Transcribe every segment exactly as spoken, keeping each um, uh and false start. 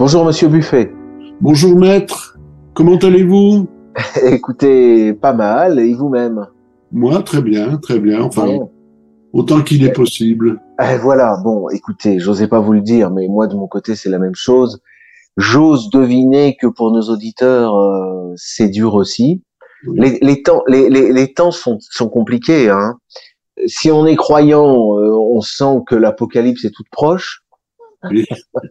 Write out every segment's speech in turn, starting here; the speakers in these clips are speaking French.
Bonjour Monsieur Buffet. Bonjour maître, comment allez-vous? Écoutez, pas mal, et vous-même? Moi, très bien, très bien, enfin, Bon. autant qu'il est possible. Eh, voilà, bon, écoutez, j'osais pas vous le dire, mais moi de mon côté c'est la même chose. J'ose deviner que pour nos auditeurs, euh, c'est dur aussi. Oui. Les, les temps, les, les, les temps sont, sont compliqués, hein. Si on est croyant, euh, on sent que l'apocalypse est toute proche. Oui.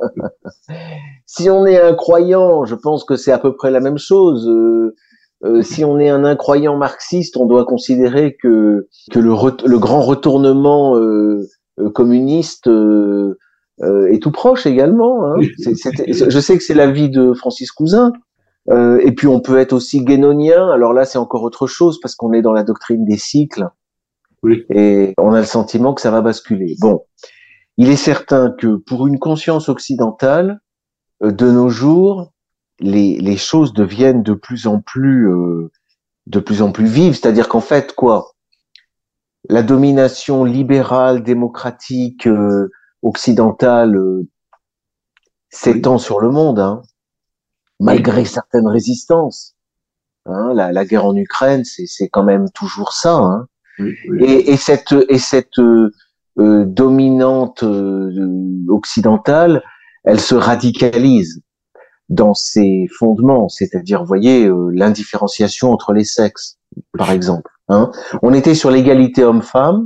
Si on est incroyant, je pense que c'est à peu près la même chose. Euh, euh, si on est un incroyant marxiste, on doit considérer que que le, re- le grand retournement euh, euh, communiste euh, euh, est tout proche également. Hein. C'est, c'est- je sais que c'est l'avis de Francis Cousin. Euh, et puis on peut être aussi guénonien. Alors là, c'est encore autre chose parce qu'on est dans la doctrine des cycles Oui. et on a le sentiment que ça va basculer. Bon, il est certain que pour une conscience occidentale, euh, de nos jours, les, les choses deviennent de plus en plus euh, de plus en plus vives. C'est-à-dire qu'en fait, quoi, la domination libérale, démocratique, euh, occidentale euh, Oui. s'étend sur le monde, hein, Oui. malgré certaines résistances. Hein, la, la guerre en Ukraine, c'est, c'est quand même toujours ça. Hein. Oui. Oui. Et, et cette et cette euh, euh, dominante euh, occidentale, elle se radicalise dans ses fondements, c'est-à-dire, vous voyez, euh, l'indifférenciation entre les sexes, par exemple. Hein. On était sur l'égalité homme-femme,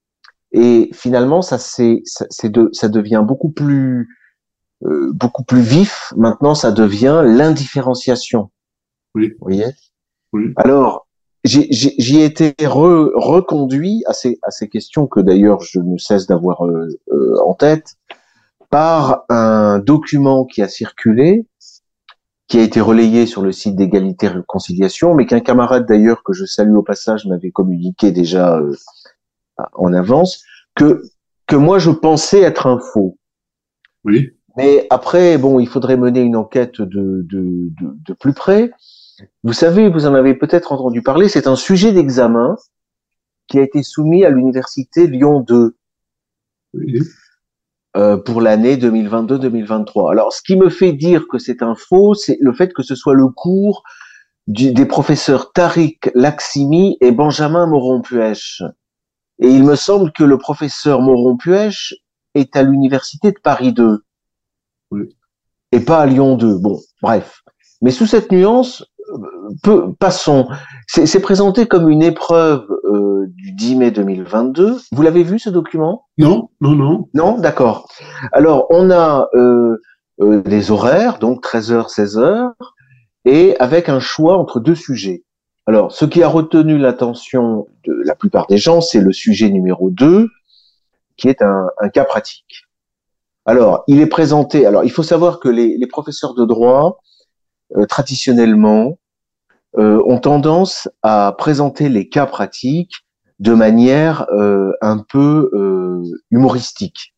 et finalement, ça c'est, ça, c'est de, ça devient beaucoup plus, euh, beaucoup plus vif. Maintenant, ça devient l'indifférenciation. Oui. Vous voyez. Oui. Alors, j'ai, j'ai, j'y ai été re, reconduit à ces, à ces questions que d'ailleurs je ne cesse d'avoir euh, euh, en tête par un document qui a circulé, qui a été relayé sur le site d'Égalité et Réconciliation, mais qu'un camarade d'ailleurs que je salue au passage m'avait communiqué déjà euh, en avance, que que moi je pensais être un faux. Oui. Mais après, bon, il faudrait mener une enquête de de, de, de plus près. Vous savez, vous en avez peut-être entendu parler, c'est un sujet d'examen qui a été soumis à l'université Lyon deux Oui. euh, pour l'année deux mille vingt-deux deux mille vingt-trois. Alors, ce qui me fait dire que c'est un faux, c'est le fait que ce soit le cours du, des professeurs Tariq Laksimi et Benjamin Moron-Puech. Et il me semble que le professeur Moron-Puech est à l'université de Paris deux Oui. et pas à Lyon deux. Bon, bref. Mais sous cette nuance, euh, peu, passons. C'est, c'est présenté comme une épreuve euh, du dix mai deux mille vingt-deux. Vous l'avez vu ce document? Non, non, non. Non, d'accord. Alors, on a euh, euh, des horaires, donc treize heures, seize heures, et avec un choix entre deux sujets. Alors, ce qui a retenu l'attention de la plupart des gens, c'est le sujet numéro deux, qui est un, un cas pratique. Alors, il est présenté. Alors, il faut savoir que les, les professeurs de droit, euh, traditionnellement, euh, ont tendance à présenter les cas pratiques de manière euh, un peu euh, humoristique.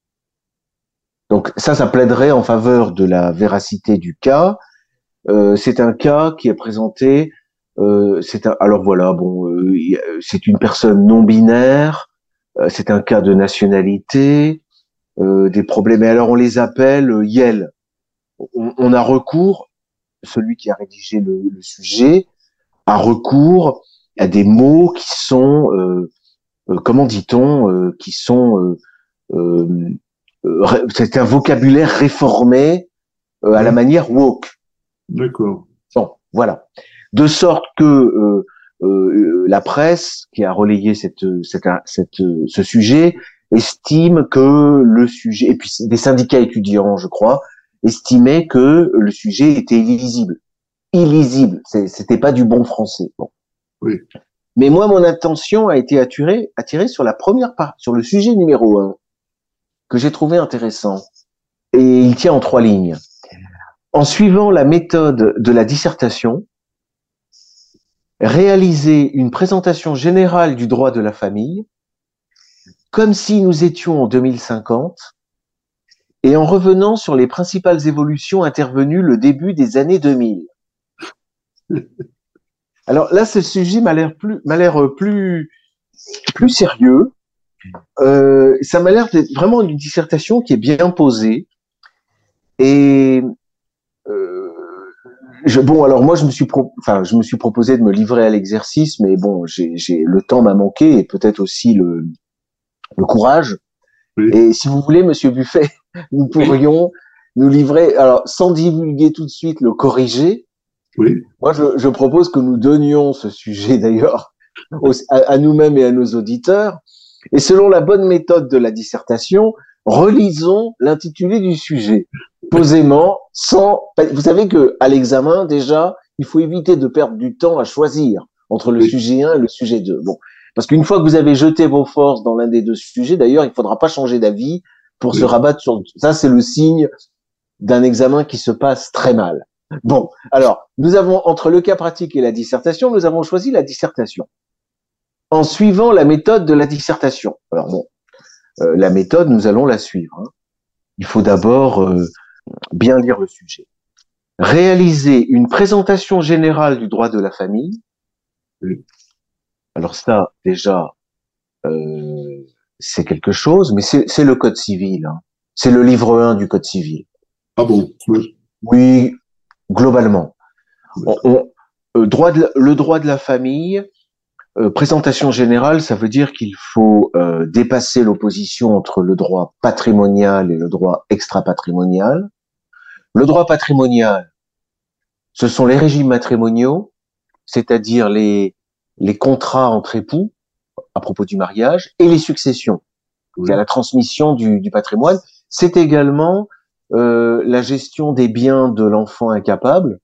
Donc, ça, ça plaiderait en faveur de la véracité du cas. Euh, c'est un cas qui est présenté. Euh, c'est un, alors voilà, bon, euh, c'est une personne non binaire. Euh, c'est un cas de nationalité, euh, des problèmes. Et alors on les appelle euh, Y E L. On, on a recours, celui qui a rédigé le, le sujet, a recours à des mots qui sont, euh, euh, comment dit-on, euh, qui sont, euh, euh, euh, c'est un vocabulaire réformé euh, à la Oui. manière woke. D'accord. Bon, voilà. De sorte que euh, euh, la presse qui a relayé cette, cette, cette, ce sujet estime que le sujet, et puis des syndicats étudiants, je crois, estimaient que le sujet était illisible. Illisible, c'était pas du bon français. Bon. Oui. Mais moi, mon attention a été attirée, attirée sur la première part, sur le sujet numéro un, que j'ai trouvé intéressant. Et il tient en trois lignes. En suivant la méthode de la dissertation, réaliser une présentation générale du droit de la famille, comme si nous étions en deux mille cinquante, et en revenant sur les principales évolutions intervenues le début des années deux mille. Alors là, ce sujet m'a l'air plus, m'a l'air plus, plus sérieux. Euh, ça m'a l'air d'être vraiment une dissertation qui est bien posée. Et euh, je, bon, alors moi, je me suis, pro, enfin, je me suis proposé de me livrer à l'exercice, mais bon, j'ai, j'ai, le temps m'a manqué et peut-être aussi le, le courage. Oui, Et si vous voulez, Monsieur Buffet, nous oui, pourrions nous livrer, alors sans divulguer tout de suite le corriger. oui, Moi, je, je propose que nous donnions ce sujet d'ailleurs à, à nous-mêmes et à nos auditeurs. Et selon la bonne méthode de la dissertation, relisons l'intitulé du sujet posément, sans. Vous savez que à l'examen déjà, il faut éviter de perdre du temps à choisir entre le oui, sujet un et le sujet deux. Bon, parce qu'une fois que vous avez jeté vos forces dans l'un des deux sujets, d'ailleurs, il ne faudra pas changer d'avis pour se oui. rabattre sur. Ça, c'est le signe d'un examen qui se passe très mal. Bon, alors, nous avons, entre le cas pratique et la dissertation, nous avons choisi la dissertation en suivant la méthode de la dissertation. Alors bon, euh, la méthode, nous allons la suivre. Hein. Il faut d'abord euh, bien lire le sujet. Réaliser une présentation générale du droit de la famille. Oui. Alors ça, déjà, euh, c'est quelque chose, mais c'est le code civil. Hein. C'est le livre un du code civil. Ah bon, oui, Oui, globalement. On, on, euh, droit de, le droit de la famille, euh, présentation générale, ça veut dire qu'il faut euh, dépasser l'opposition entre le droit patrimonial et le droit extra-patrimonial. Le droit patrimonial, ce sont les régimes matrimoniaux, c'est-à-dire les, les contrats entre époux à propos du mariage, et les successions, c'est-à-dire oui, la transmission du, du patrimoine. C'est également euh, la gestion des biens de l'enfant incapable,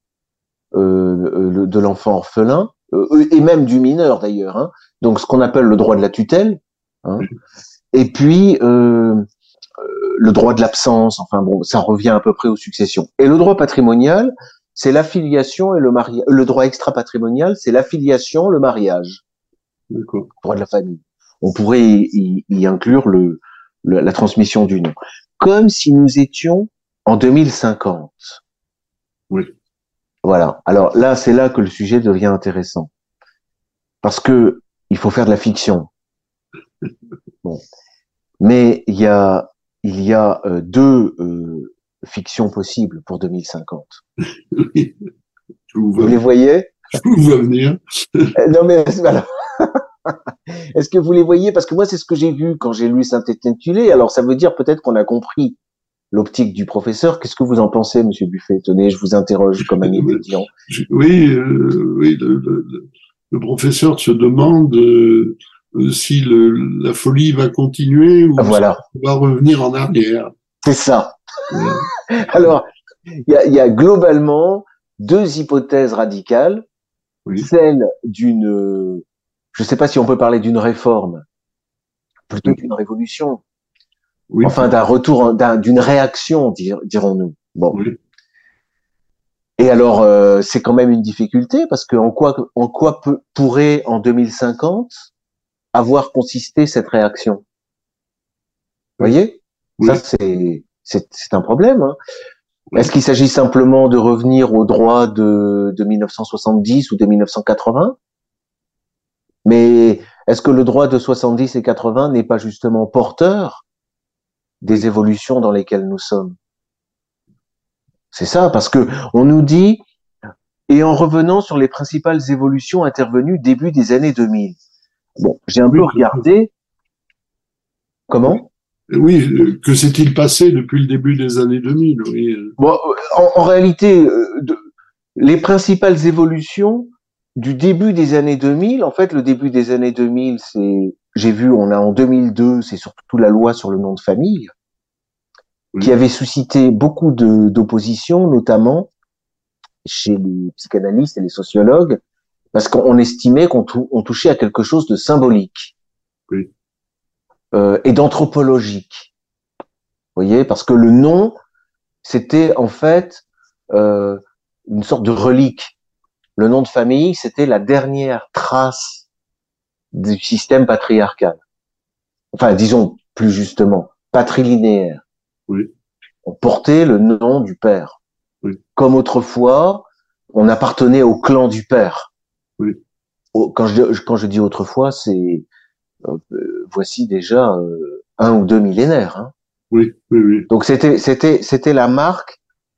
euh, de l'enfant orphelin, euh, et même du mineur d'ailleurs. Hein. Donc ce qu'on appelle le droit de la tutelle. Hein. oui, Et puis euh, le droit de l'absence. Enfin bon, ça revient à peu près aux successions. Et le droit patrimonial, c'est l'affiliation et le mariage. Le droit extra-patrimonial, c'est l'affiliation, le mariage, d'accord. le droit de la famille. On pourrait y, y, y inclure le, le, la transmission du nom. Comme si nous étions en deux mille cinquante. Oui, Voilà. Alors là, c'est là que le sujet devient intéressant. Parce que il faut faire de la fiction. Bon. Mais il y a, il y a euh, deux euh, fictions possibles pour deux mille cinquante. oui. Je vous Vous vois, les voyez? je vous vois venir. Euh, Non mais alors, est-ce que vous les voyez? Parce que moi, c'est ce que j'ai vu quand j'ai lu Saint-Intitulé. Alors, ça veut dire peut-être qu'on a compris l'optique du professeur. Qu'est-ce que vous en pensez, Monsieur Buffet? Tenez, je vous interroge comme un étudiant. Oui, euh, oui, le, le, le professeur se demande euh, si le, la folie va continuer ou si Voilà, on va revenir en arrière. c'est ça. Voilà. Alors, il y a, il y a globalement deux hypothèses radicales. Oui, Celle d'une, je ne sais pas si on peut parler d'une réforme, plutôt oui, d'une révolution. oui, Enfin, d'un retour, d'une réaction, dirons-nous. Bon. oui. Et alors, euh, c'est quand même une difficulté parce que en quoi, en quoi peut, pourrait en deux mille cinquante avoir consisté cette réaction? Vous Oui, voyez, ça oui, c'est c'est c'est un problème. Hein. Est-ce oui. qu'il s'agit simplement de revenir au droit de de mille neuf cent soixante-dix ou de mille neuf cent quatre-vingts? Mais est-ce que le droit de soixante-dix et quatre-vingts n'est pas justement porteur des Oui. évolutions dans lesquelles nous sommes? C'est ça, parce que on nous dit, et en revenant sur les principales évolutions intervenues début des années deux mille. Bon, j'ai un peu Oui, regardé. Comment? oui, que s'est-il passé depuis le début des années deux mille? Oui, Bon, en, en réalité, euh, de, les principales évolutions du début des années deux mille, en fait, le début des années deux mille, c'est, j'ai vu, on a en deux mille deux, c'est surtout la loi sur le nom de famille, qui oui, avait suscité beaucoup de, d'opposition, notamment chez les psychanalystes et les sociologues, parce qu'on estimait qu'on tou- on touchait à quelque chose de symbolique oui, euh, et d'anthropologique. Vous voyez, parce que le nom, c'était en fait euh, une sorte de relique. Le nom de famille, c'était la dernière trace du système patriarcal. Enfin, disons plus justement, patrilinéaire. oui, On portait le nom du père. oui, Comme autrefois, on appartenait au clan du père. oui, Quand je, quand je dis autrefois, c'est euh, voici déjà euh, un ou deux millénaires. Hein. oui, oui, oui, Donc c'était c'était c'était la marque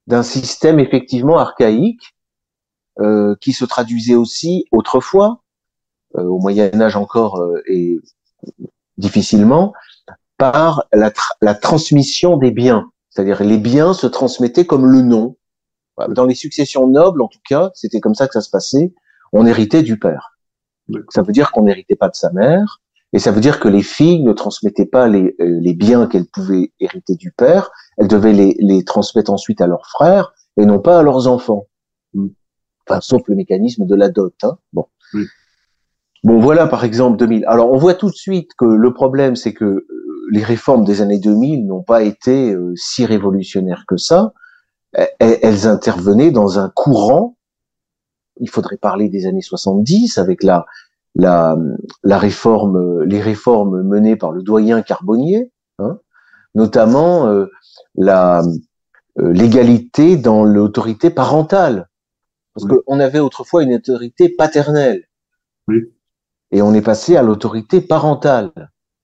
d'un système effectivement archaïque euh, qui se traduisait aussi autrefois, euh, au Moyen Âge encore euh, et difficilement, par la, tra- la transmission des biens. C'est-à-dire les biens se transmettaient comme le nom. Dans les successions nobles, en tout cas, c'était comme ça que ça se passait. On héritait du père. Ça veut dire qu'on n'héritait pas de sa mère, et ça veut dire que les filles ne transmettaient pas les, euh, les biens qu'elles pouvaient hériter du père. Elles devaient les, les transmettre ensuite à leurs frères et non pas à leurs enfants. Enfin, sauf le mécanisme de la dot. Hein. Bon. Oui. Bon, voilà par exemple deux mille. Alors, on voit tout de suite que le problème, c'est que euh, les réformes des années deux mille n'ont pas été euh, si révolutionnaires que ça. Elles intervenaient dans un courant. Il faudrait parler des années soixante-dix avec la la la réforme, les réformes menées par le doyen Carbonnier, hein, notamment euh, la euh, l'égalité dans l'autorité parentale, parce Oui. qu'on avait autrefois une autorité paternelle, Oui. et on est passé à l'autorité parentale,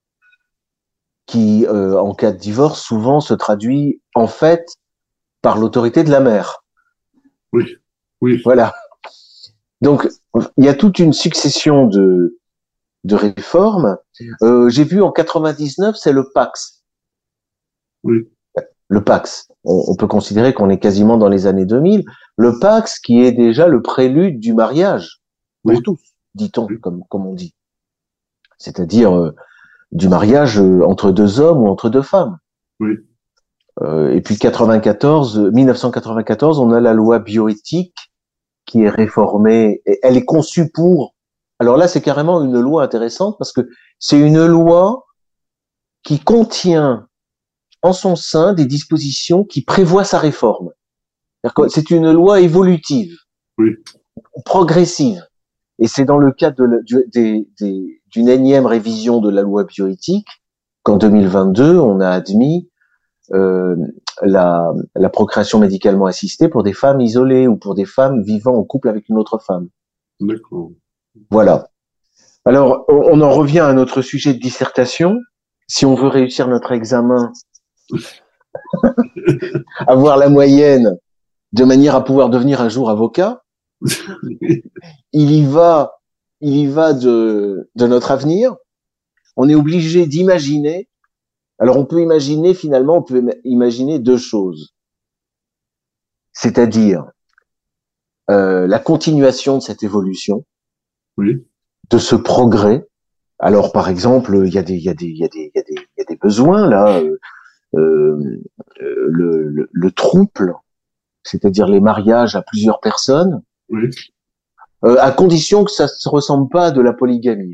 qui euh, en cas de divorce souvent se traduit en fait par l'autorité de la mère. Oui, oui. Voilà. Donc, il y a toute une succession de, de réformes. Euh, j'ai vu en quatre-vingt-dix-neuf, c'est le Pax. Oui. Le Pax. On, on peut considérer qu'on est quasiment dans les années deux mille. Le Pax qui est déjà le prélude du mariage. Pour Oui. tous, dit-on, Oui. comme, comme on dit. C'est-à-dire euh, du mariage euh, entre deux hommes ou entre deux femmes. Oui. Euh, et puis quatre-vingt-quatorze, mille neuf cent quatre-vingt-quatorze, on a la loi bioéthique qui est réformée. Et elle est conçue pour. Alors là, c'est carrément une loi intéressante parce que c'est une loi qui contient en son sein des dispositions qui prévoient sa réforme. C'est-à-dire que c'est une loi évolutive, Oui. progressive. Et c'est dans le cadre de la, du, des, des, d'une énième révision de la loi bioéthique qu'en deux mille vingt-deux, on a admis euh, la, la procréation médicalement assistée pour des femmes isolées ou pour des femmes vivant en couple avec une autre femme. D'accord. Voilà. Alors, on en revient à notre sujet de dissertation. Si on veut réussir notre examen, avoir la moyenne de manière à pouvoir devenir un jour avocat, il y va, il y va de, de notre avenir. On est obligé d'imaginer. Alors, on peut imaginer, finalement, on peut imaginer deux choses. C'est-à-dire euh, la continuation de cette évolution, Oui. de ce progrès. Alors, par exemple, il y a des, il y a des, il y a des, il y a des, il y a des besoins là. Euh, euh, le, le, le trouble, c'est-à-dire les mariages à plusieurs personnes, Oui. euh, à condition que ça ne se ressemble pas à de la polygamie.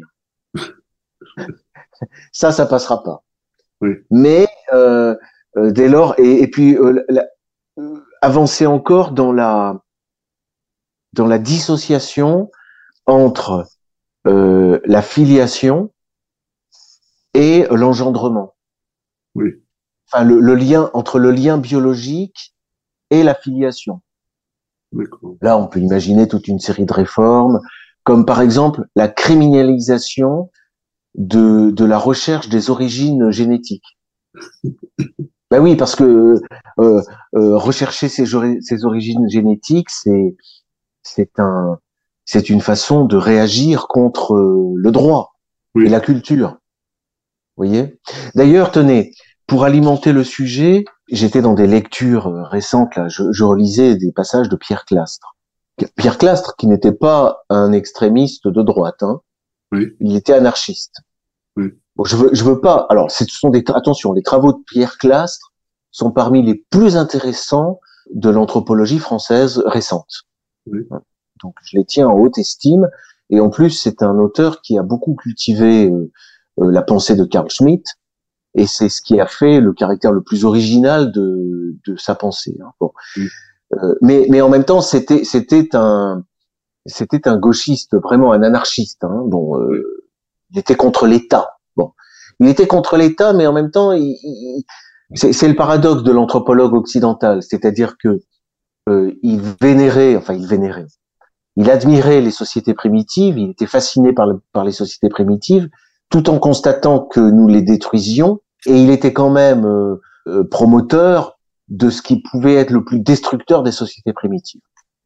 Ça, ça passera pas. Oui. Mais euh, euh, dès lors, et, et puis euh, la, euh, avancer encore dans la dans la dissociation entre euh, la filiation et l'engendrement. Oui. Enfin, le, le lien entre le lien biologique et la filiation. D'accord. Là, on peut imaginer toute une série de réformes, comme par exemple la criminalisation de, de la recherche des origines génétiques. Ben oui, parce que euh, euh, rechercher ces, ces origines génétiques, c'est c'est un c'est une façon de réagir contre le droit Oui. et la culture. Vous voyez. D'ailleurs, tenez, pour alimenter le sujet, j'étais dans des lectures récentes là, je, je relisais des passages de Pierre Clastre. Pierre Clastre, qui n'était pas un extrémiste de droite, hein, Oui. il était anarchiste. Oui. Bon, je veux, je veux pas. Alors, ce sont des attention, les travaux de Pierre Clastre sont parmi les plus intéressants de l'anthropologie française récente. Oui. Donc, je les tiens en haute estime. Et en plus, c'est un auteur qui a beaucoup cultivé euh, euh, la pensée de Carl Schmitt, et c'est ce qui a fait le caractère le plus original de, de sa pensée. Hein. Bon. Oui. Euh, mais, mais en même temps, c'était, c'était un, c'était un gauchiste, vraiment un anarchiste. Hein. Bon, euh, oui. Il était contre l'État. Bon, il était contre l'État, mais en même temps, il, il, c'est, c'est le paradoxe de l'anthropologue occidental, c'est-à-dire que euh, il vénérait, enfin, il vénérait. Il admirait les sociétés primitives, il était fasciné par, le, par les sociétés primitives, tout en constatant que nous les détruisions, et il était quand même euh, euh, promoteur de ce qui pouvait être le plus destructeur des sociétés primitives.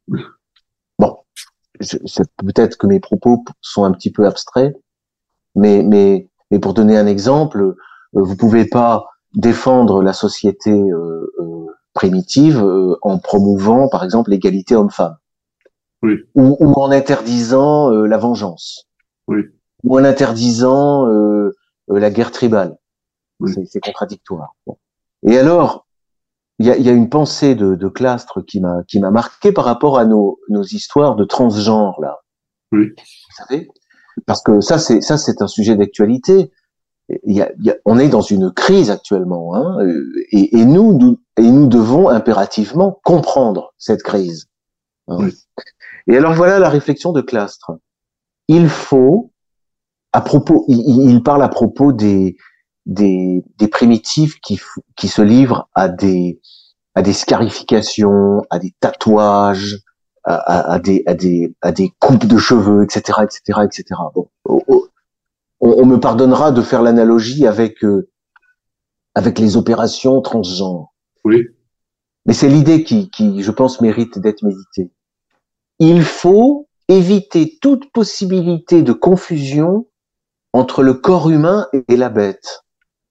Bon, je, c'est peut-être que mes propos sont un petit peu abstraits, mais mais mais pour donner un exemple, vous pouvez pas défendre la société euh, euh, primitive euh, en promouvant, par exemple, l'égalité homme-femme, oui. ou, ou en interdisant euh, la vengeance, oui. ou en interdisant euh, euh, la guerre tribale. Oui. C'est, c'est contradictoire. Bon. Et alors, il y a, y a une pensée de, de Clastres qui m'a qui m'a marqué par rapport à nos nos histoires de transgenre là. Oui. Vous savez, parce que ça c'est ça c'est un sujet d'actualité. Il y a, il y a, on est dans une crise actuellement, hein, et, et nous, nous et nous devons impérativement comprendre cette crise. Hein. Oui. Et alors voilà la réflexion de Clastres. Il faut, à propos, il, il parle à propos des des, des primitifs qui qui se livrent à des à des scarifications, à des tatouages, à, à, à des à des à des coupes de cheveux, et cetera, et cetera, et cetera. Bon, oh, oh. On, on me pardonnera de faire l'analogie avec euh, avec les opérations transgenres. Oui. Mais c'est l'idée qui, qui, je pense, mérite d'être méditée. Il faut éviter toute possibilité de confusion entre le corps humain et la bête.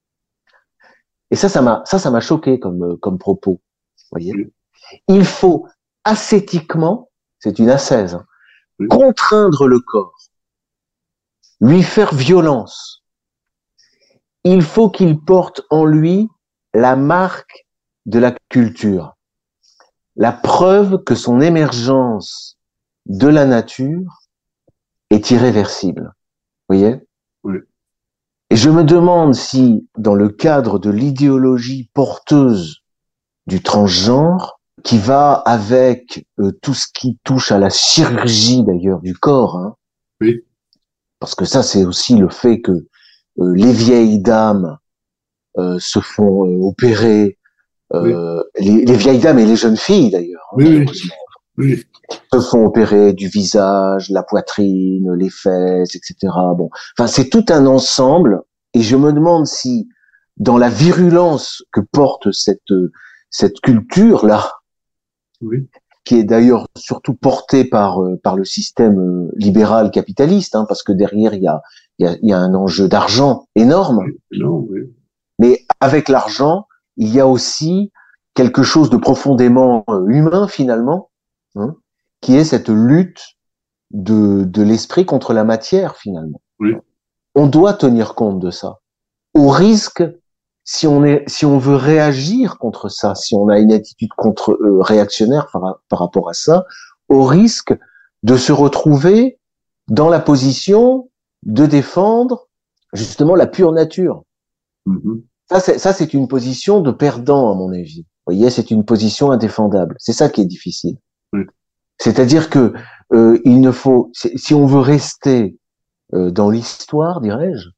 Et ça, ça m'a, ça, ça m'a choqué comme, comme propos. Voyez. Oui. Il faut ascétiquement, c'est une ascèse, hein, oui. contraindre le corps, lui faire violence. Il faut qu'il porte en lui la marque de la culture, la preuve que son émergence de la nature est irréversible. Vous voyez ? Oui. Et je me demande si, dans le cadre de l'idéologie porteuse du transgenre, qui va avec euh, tout ce qui touche à la chirurgie d'ailleurs du corps, hein, oui. parce que ça c'est aussi le fait que euh, les vieilles dames euh, se font euh, opérer, euh, oui. les, les vieilles dames et les jeunes filles d'ailleurs, hein, oui, oui. oui. se font opérer du visage, la poitrine, les fesses, et cetera. Bon, enfin c'est tout un ensemble, et je me demande si dans la virulence que porte cette cette culture là, oui. qui est d'ailleurs surtout portée par par le système libéral capitaliste, hein, parce que derrière il y a il y a, il y a un enjeu d'argent énorme. Oui. Non, oui. Mais avec l'argent, il y a aussi quelque chose de profondément humain finalement, hein, qui est cette lutte de, de l'esprit contre la matière finalement. Oui. On doit tenir compte de ça. Au risque, si on est, si on veut réagir contre ça, si on a une attitude contre euh, réactionnaire par, par rapport à ça, au risque de se retrouver dans la position de défendre justement la pure nature. Mm-hmm. Ça, c'est, ça, c'est une position de perdant à mon avis. Vous voyez, c'est une position indéfendable. C'est ça qui est difficile. Oui. C'est-à-dire que euh, il ne faut, si on veut rester euh, dans l'histoire, dirais-je,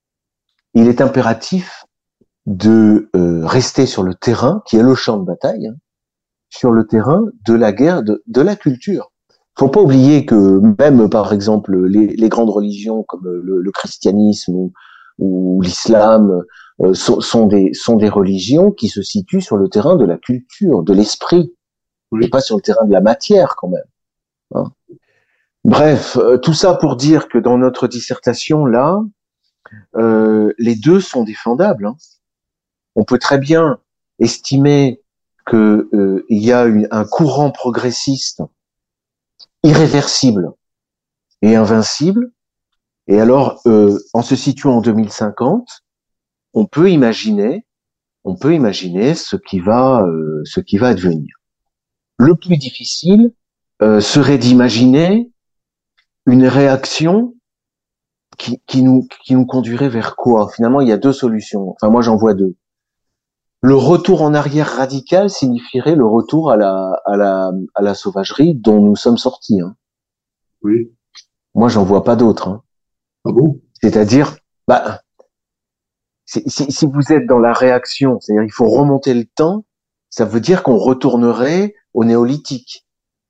il est impératif de euh, rester sur le terrain, qui est le champ de bataille, hein, sur le terrain de la guerre, de, de la culture. Faut pas oublier que même, par exemple, les, les grandes religions comme le, le christianisme ou, ou l'islam euh, sont, sont des sont des religions qui se situent sur le terrain de la culture, de l'esprit, oui. et pas sur le terrain de la matière quand même. Hein. Bref, euh, tout ça pour dire que dans notre dissertation là, euh, les deux sont défendables. Hein. On peut très bien estimer que euh, il y a une, un courant progressiste irréversible et invincible, et alors euh, en se situant en deux mille cinquante, on peut imaginer, on peut imaginer ce qui va, euh, ce qui va advenir. Le plus difficile euh, serait d'imaginer une réaction qui, qui nous, qui nous conduirait vers quoi ? Finalement, il y a deux solutions. Enfin, moi, j'en vois deux. Le retour en arrière radical signifierait le retour à la, à la, à la sauvagerie dont nous sommes sortis. Hein. Oui. Moi, j'en vois pas d'autre. Hein. Ah bon ? C'est-à-dire, bah, si, si, si vous êtes dans la réaction, c'est-à-dire il faut remonter le temps, ça veut dire qu'on retournerait au néolithique.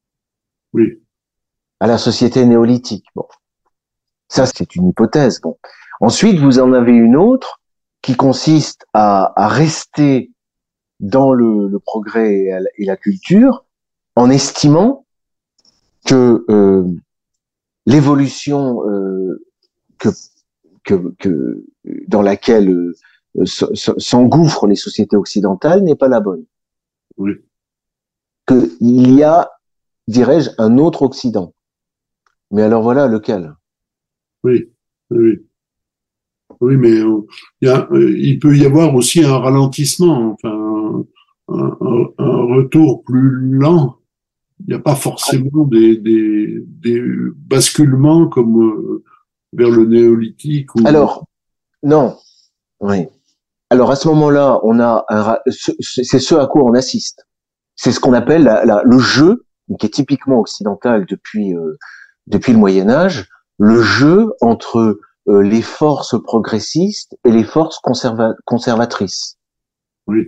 Oui. À la société néolithique. Bon. Ça, c'est une hypothèse. Bon. Ensuite, vous en avez une autre qui consiste à, à rester dans le, le progrès et, la, et la culture, en estimant que euh, l'évolution euh, que, que, que dans laquelle euh, s'engouffrent les sociétés occidentales n'est pas la bonne. Oui. Qu'il y a, dirais-je, un autre Occident. Mais alors voilà, lequel? Oui, oui. Oui, mais euh, il, y a, euh, il peut y avoir aussi un ralentissement, enfin, un, un, un retour plus lent. Il n'y a pas forcément des, des, des basculements comme euh, vers le néolithique. Ou... Alors, non, oui. Alors à ce moment-là, on a un, c'est ce à quoi on assiste. C'est ce qu'on appelle la, la, le jeu, qui est typiquement occidental depuis euh, depuis le Moyen Âge, le jeu entre euh, les forces progressistes et les forces conserva conservatrices. Oui.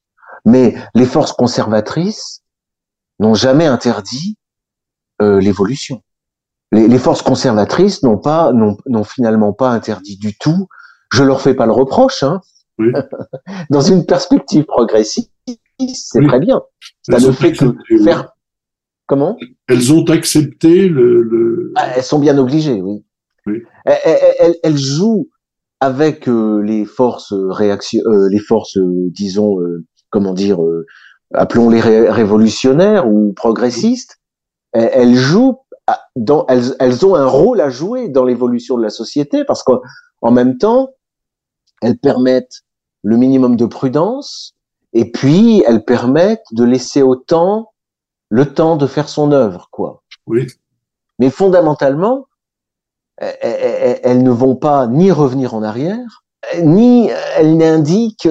Mais les forces conservatrices n'ont jamais interdit euh, l'évolution. Les, les forces conservatrices n'ont pas, n'ont, n'ont finalement pas interdit du tout. Je leur fais pas le reproche, hein. Oui. Dans une perspective progressiste, c'est oui. Très bien. Ça elles ne fait que faire. Oui. Comment? Elles ont accepté le. le... Ah, elles sont bien obligées, oui. Oui. Elles, elles, elles, elles jouent avec euh, les forces réaction, euh, les forces, euh, disons, euh, comment dire, euh, appelons-les ré révolutionnaires ou progressistes. Elles, elles jouent dans, elles, elles ont un rôle à jouer dans l'évolution de la société parce qu'en même temps, elles permettent le minimum de prudence et puis elles permettent de laisser au temps le temps de faire son œuvre, quoi. Oui. Mais fondamentalement, elles, elles, elles ne vont pas ni revenir en arrière, ni elles n'indiquent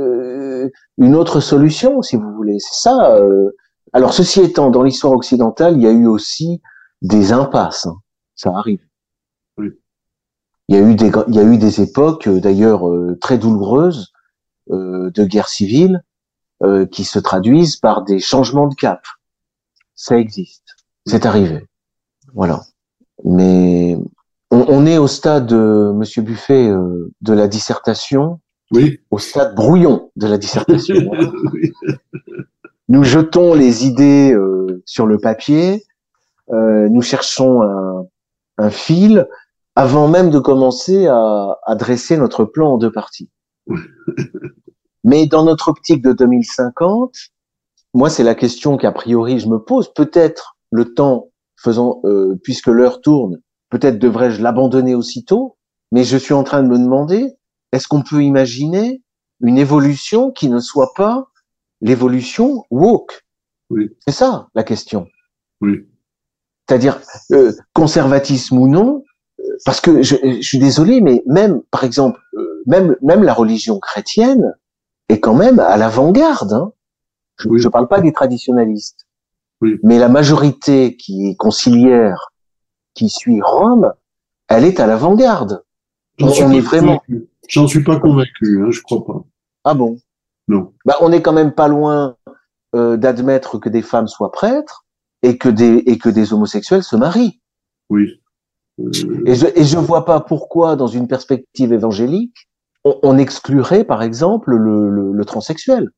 euh, une autre solution, si vous voulez. C'est ça. Euh... Alors, ceci étant, dans l'histoire occidentale, il y a eu aussi des impasses. Hein. Ça arrive. Oui. Il y a eu des, il y a eu des époques, d'ailleurs, euh, très douloureuses, euh, de guerre civile, euh, qui se traduisent par des changements de cap. Ça existe. C'est arrivé. Voilà. Mais on, on est au stade, euh, Monsieur Buffet, euh, de la dissertation. Oui. Au stade brouillon de la dissertation. Voilà. Oui. Nous jetons les idées euh, sur le papier. Euh, nous cherchons un, un fil avant même de commencer à, à dresser notre plan en deux parties. Mais dans notre optique de deux mille cinquante, moi, c'est la question qu'a priori je me pose. Peut-être le temps faisant, euh, puisque l'heure tourne, peut-être devrais-je l'abandonner aussitôt. Mais je suis en train de me demander, est-ce qu'on peut imaginer une évolution qui ne soit pas l'évolution woke? Oui. C'est ça la question. Oui. C'est-à-dire euh, conservatisme ou non, parce que je, je suis désolé, mais même, par exemple, euh, même même la religion chrétienne est quand même à l'avant-garde. Hein. Je ne oui. parle pas des traditionalistes, oui. mais la majorité qui est conciliaire, qui suit Rome, elle est à l'avant-garde. On, on est vraiment. J'en suis pas convaincu, hein, je crois pas. Ah bon? Non. Bah, on est quand même pas loin euh, d'admettre que des femmes soient prêtres et que des et que des homosexuels se marient. Oui. Euh... Et je et je vois pas pourquoi, dans une perspective évangélique, on, on exclurait, par exemple, le, le, le transsexuel.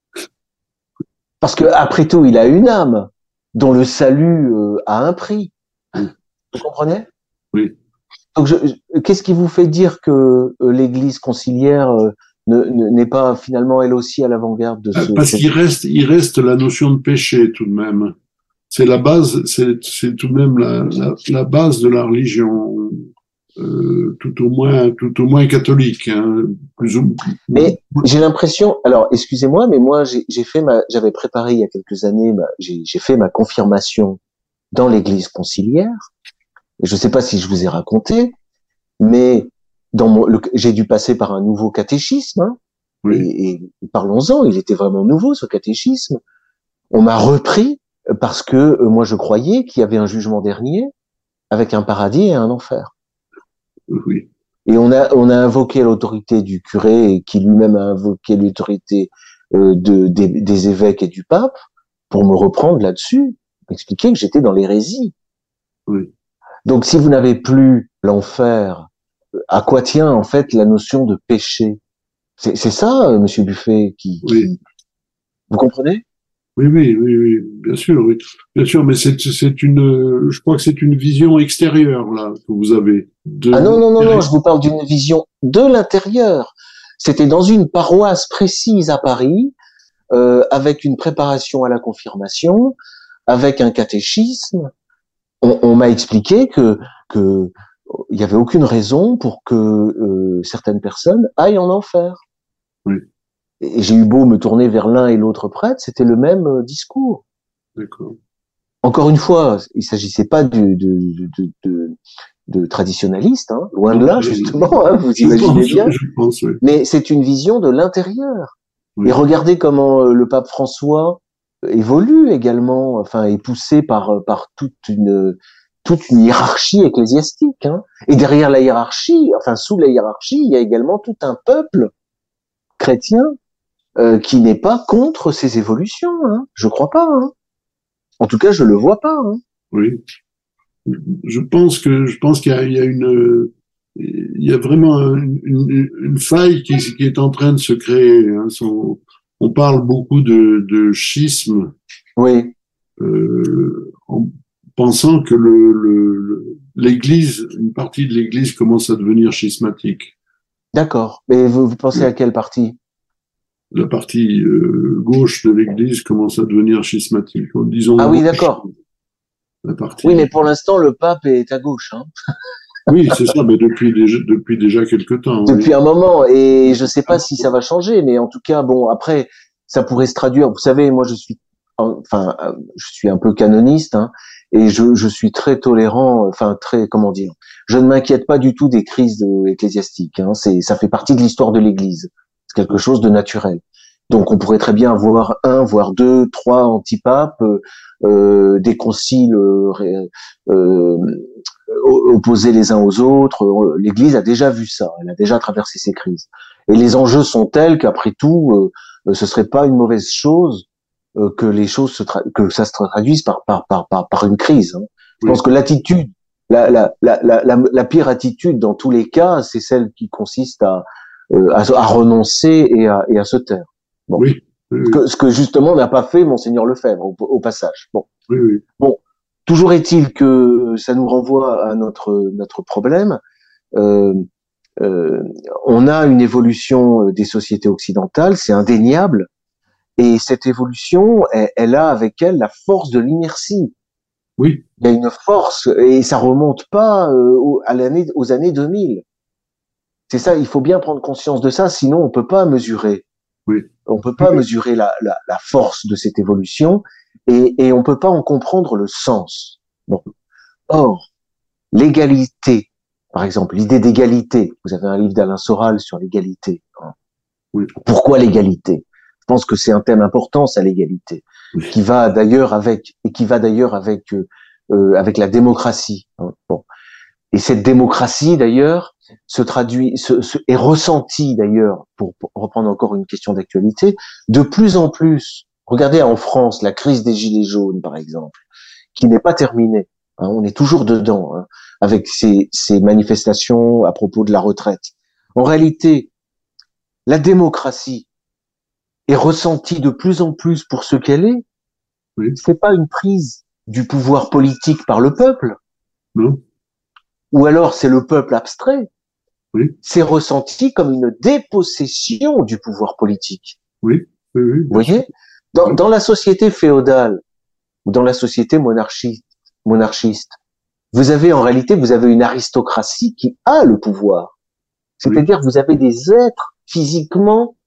Parce que après tout, il a une âme dont le salut euh, a un prix. Oui. Vous comprenez? Oui. Donc, qu'est-ce qui vous fait dire que euh, l'Église conciliaire euh, n'est pas finalement elle aussi à l'avant-garde de ce... Parce qu'il reste, il reste la notion de péché tout de même. C'est la base, c'est, c'est tout de même la, la, la base de la religion, euh, tout au moins, tout au moins catholique, hein, plus ou moins. Mais j'ai l'impression, alors excusez-moi, mais moi j'ai fait ma, j'avais préparé il y a quelques années, j'ai fait ma confirmation dans l'Église conciliaire. Et je ne sais pas si je vous ai raconté, mais dans mon, j'ai dû passer par un nouveau catéchisme. Hein, oui. Et, et parlons-en, il était vraiment nouveau ce catéchisme. On m'a repris parce que euh, moi je croyais qu'il y avait un jugement dernier avec un paradis et un enfer. Oui. Et on a on a invoqué l'autorité du curé qui lui-même a invoqué l'autorité euh, de des, des évêques et du pape pour me reprendre là-dessus, m'expliquer que j'étais dans l'hérésie. Oui. Donc si vous n'avez plus l'enfer, à quoi tient en fait la notion de péché? C'est ça, Monsieur Buffet, qui, oui. qui Vous comprenez? Oui, oui, oui, oui, bien sûr, oui. Bien sûr, mais c'est, c'est une, je crois que c'est une vision extérieure, là, que vous avez. Ah De non, non, non, non, l'intérieur. je vous parle d'une vision de l'intérieur. C'était dans une paroisse précise à Paris, euh, avec une préparation à la confirmation, avec un catéchisme. On, on m'a expliqué que que il y avait aucune raison pour que euh, certaines personnes aillent en enfer. Oui, Et j'ai eu beau me tourner vers l'un et l'autre prêtre, c'était le même euh, discours. d'accord. Encore une fois, il s'agissait pas du, de, de, de, de traditionnaliste, hein, loin Non, de là, je, justement, hein, vous je imaginez pense, bien, je pense, oui. mais c'est une vision de l'intérieur. Et Oui, regardez comment euh, le pape François évolue également, enfin, est poussé par, par toute une, toute une hiérarchie ecclésiastique. Hein. Et derrière la hiérarchie, enfin, sous la hiérarchie, il y a également tout un peuple chrétien euh, qui n'est pas contre ces évolutions. Hein. Je crois pas. Hein. En tout cas, je le vois pas. Hein. oui. Je pense que je pense qu'il y a, il y a une il y a vraiment une, une, une faille qui, qui est en train de se créer. Hein. Son- on parle beaucoup de, de schisme Oui, euh, en pensant que le, le, l'Église, une partie de l'Église commence à devenir schismatique. d'accord. Mais vous, vous pensez à quelle partie? La partie euh, gauche de l'Église commence à devenir schismatique. Disons Ah oui, gauche, d'accord. la Oui, mais partie. pour l'instant, le pape est à gauche. Hein. Oui, c'est ça, mais depuis déjà, depuis déjà quelque temps, oui. Depuis un moment, et je sais pas si ça va changer, mais en tout cas, bon, après, ça pourrait se traduire. Vous savez, moi, je suis, enfin, euh, je suis un peu canoniste, hein, et je, je suis très tolérant, enfin, très, comment dire, je ne m'inquiète pas du tout des crises de, ecclésiastiques. Hein, c'est, ça fait partie de l'histoire de l'Église. C'est quelque chose de naturel. Donc, on pourrait très bien avoir un, voire deux, trois antipapes, euh, euh, des conciles euh, euh, opposés les uns aux autres. L'Église a déjà vu ça, elle a déjà traversé ces crises. Et les enjeux sont tels qu'après tout, euh, ce serait pas une mauvaise chose euh, que les choses se tra- que ça se traduise par par par par, par une crise. Hein. Je pense Oui, que l'attitude, la, la la la la la pire attitude dans tous les cas, c'est celle qui consiste à euh, à, à renoncer et à et à se taire. Bon, oui, oui, ce oui, que ce que justement n'a pas fait monseigneur Lefebvre au, au passage. Bon. oui, oui. Bon, toujours est-il que ça nous renvoie à notre notre problème. Euh, euh, on a une évolution des sociétés occidentales, c'est indéniable, et cette évolution, elle, elle a avec elle la force de l'inertie. Oui, Il y a une force et ça remonte pas euh, au- à l'année, aux années deux mille. C'est ça, il faut bien prendre conscience de ça, sinon on peut pas mesurer. oui, On peut oui, pas oui, mesurer la, la, la force de cette évolution et, et on peut pas en comprendre le sens. Bon. Or, l'égalité, par exemple, l'idée d'égalité. Vous avez un livre d'Alain Soral sur l'égalité. Hein. oui, Pourquoi l'égalité? Je pense que c'est un thème important, ça, l'égalité, qui va d'ailleurs avec et qui va d'ailleurs avec euh, euh, avec la démocratie. Hein. Bon. Et cette démocratie, d'ailleurs, se traduit, se, se, est ressentie d'ailleurs, pour, pour reprendre encore une question d'actualité, de plus en plus. Regardez en France la crise des gilets jaunes, par exemple, qui n'est pas terminée. Hein, on est toujours dedans, hein, avec ces, ces manifestations à propos de la retraite. En réalité, la démocratie est ressentie de plus en plus pour ce qu'elle est. oui, C'est pas une prise du pouvoir politique par le peuple, non, ou alors c'est le peuple abstrait. oui, C'est ressenti comme une dépossession du pouvoir politique. oui, oui, oui, Vous bien sûr. voyez, dans, Oui, dans la société féodale ou dans la société monarchiste, monarchiste, vous avez en réalité, vous avez une aristocratie qui a le pouvoir. oui, C'est-à-dire, vous avez des êtres physiquement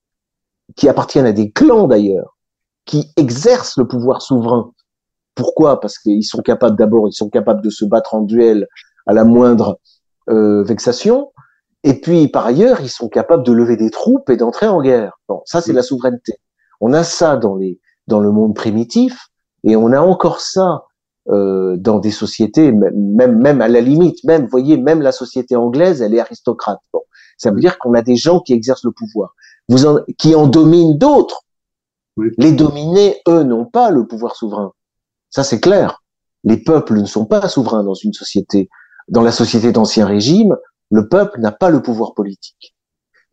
qui appartiennent à des clans d'ailleurs, qui exercent le pouvoir souverain. Pourquoi? Parce qu'ils sont capables d'abord, ils sont capables de se battre en duel à la moindre euh, vexation. Et puis, par ailleurs, ils sont capables de lever des troupes et d'entrer en guerre. Bon, ça, c'est oui, la souveraineté. On a ça dans les, dans le monde primitif, et on a encore ça euh, dans des sociétés, même, même à la limite, même, vous voyez, même la société anglaise, elle est aristocrate. Bon, ça veut oui, dire qu'on a des gens qui exercent le pouvoir, vous en, qui en dominent d'autres. oui, Les dominés, eux, n'ont pas le pouvoir souverain. Ça, c'est clair. Les peuples ne sont pas souverains dans une société. Dans la société d'Ancien Régime, le peuple n'a pas le pouvoir politique.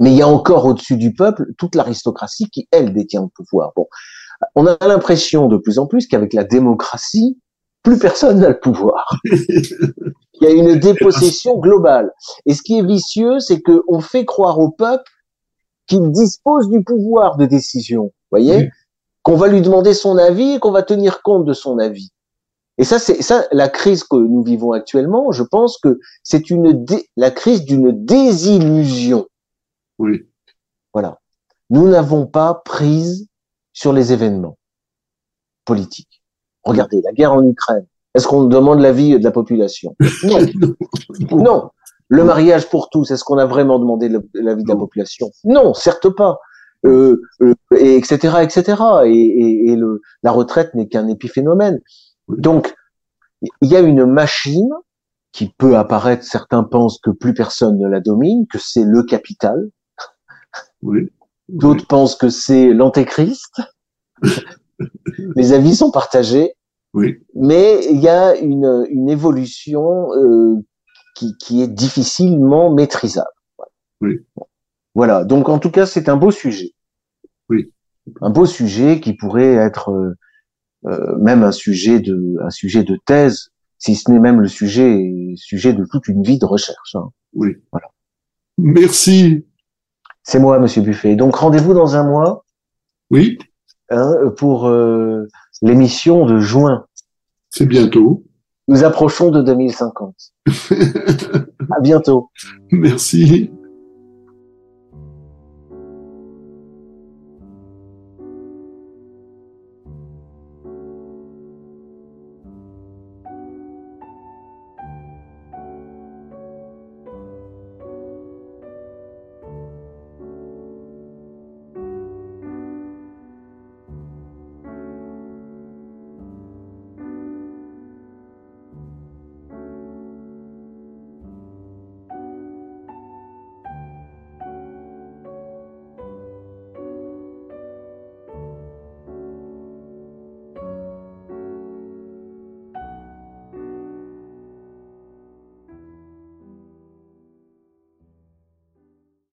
Mais il y a encore au-dessus du peuple toute l'aristocratie qui, elle, détient le pouvoir. Bon, on a l'impression de plus en plus qu'avec la démocratie, plus personne n'a le pouvoir. Il y a une dépossession globale. Et ce qui est vicieux, c'est qu'on fait croire au peuple qu'il dispose du pouvoir de décision. Vous voyez, oui. Qu'on va lui demander son avis et qu'on va tenir compte de son avis. Et ça, c'est ça, la crise que nous vivons actuellement. Je pense que c'est une dé, la crise d'une désillusion. Oui. Voilà. Nous n'avons pas prise sur les événements politiques. Regardez, la guerre en Ukraine. Est-ce qu'on demande l'avis de la population? Non. Non. Le mariage pour tous, est-ce qu'on a vraiment demandé l'avis de la population? Non, certes pas. Euh, euh, et etc., et cetera. Et, et, et le, la retraite n'est qu'un épiphénomène. Donc, il y a une machine qui peut apparaître, certains pensent que plus personne ne la domine, que c'est le capital. Oui. D'autres oui. pensent que c'est l'antéchrist. Les avis sont partagés. Oui. Mais il y a une, une évolution euh, qui, qui est difficilement maîtrisable. Oui. Voilà. Donc, en tout cas, c'est un beau sujet. Oui. Un beau sujet qui pourrait être euh, euh, même un sujet de, un sujet de thèse, si ce n'est même le sujet, sujet de toute une vie de recherche. Hein. Oui. Voilà. Merci. C'est moi, Monsieur Buffet. Donc, rendez-vous dans un mois. Oui. Hein, pour euh, l'émission de juin. C'est bientôt. Nous approchons de deux mille cinquante. À bientôt. Merci.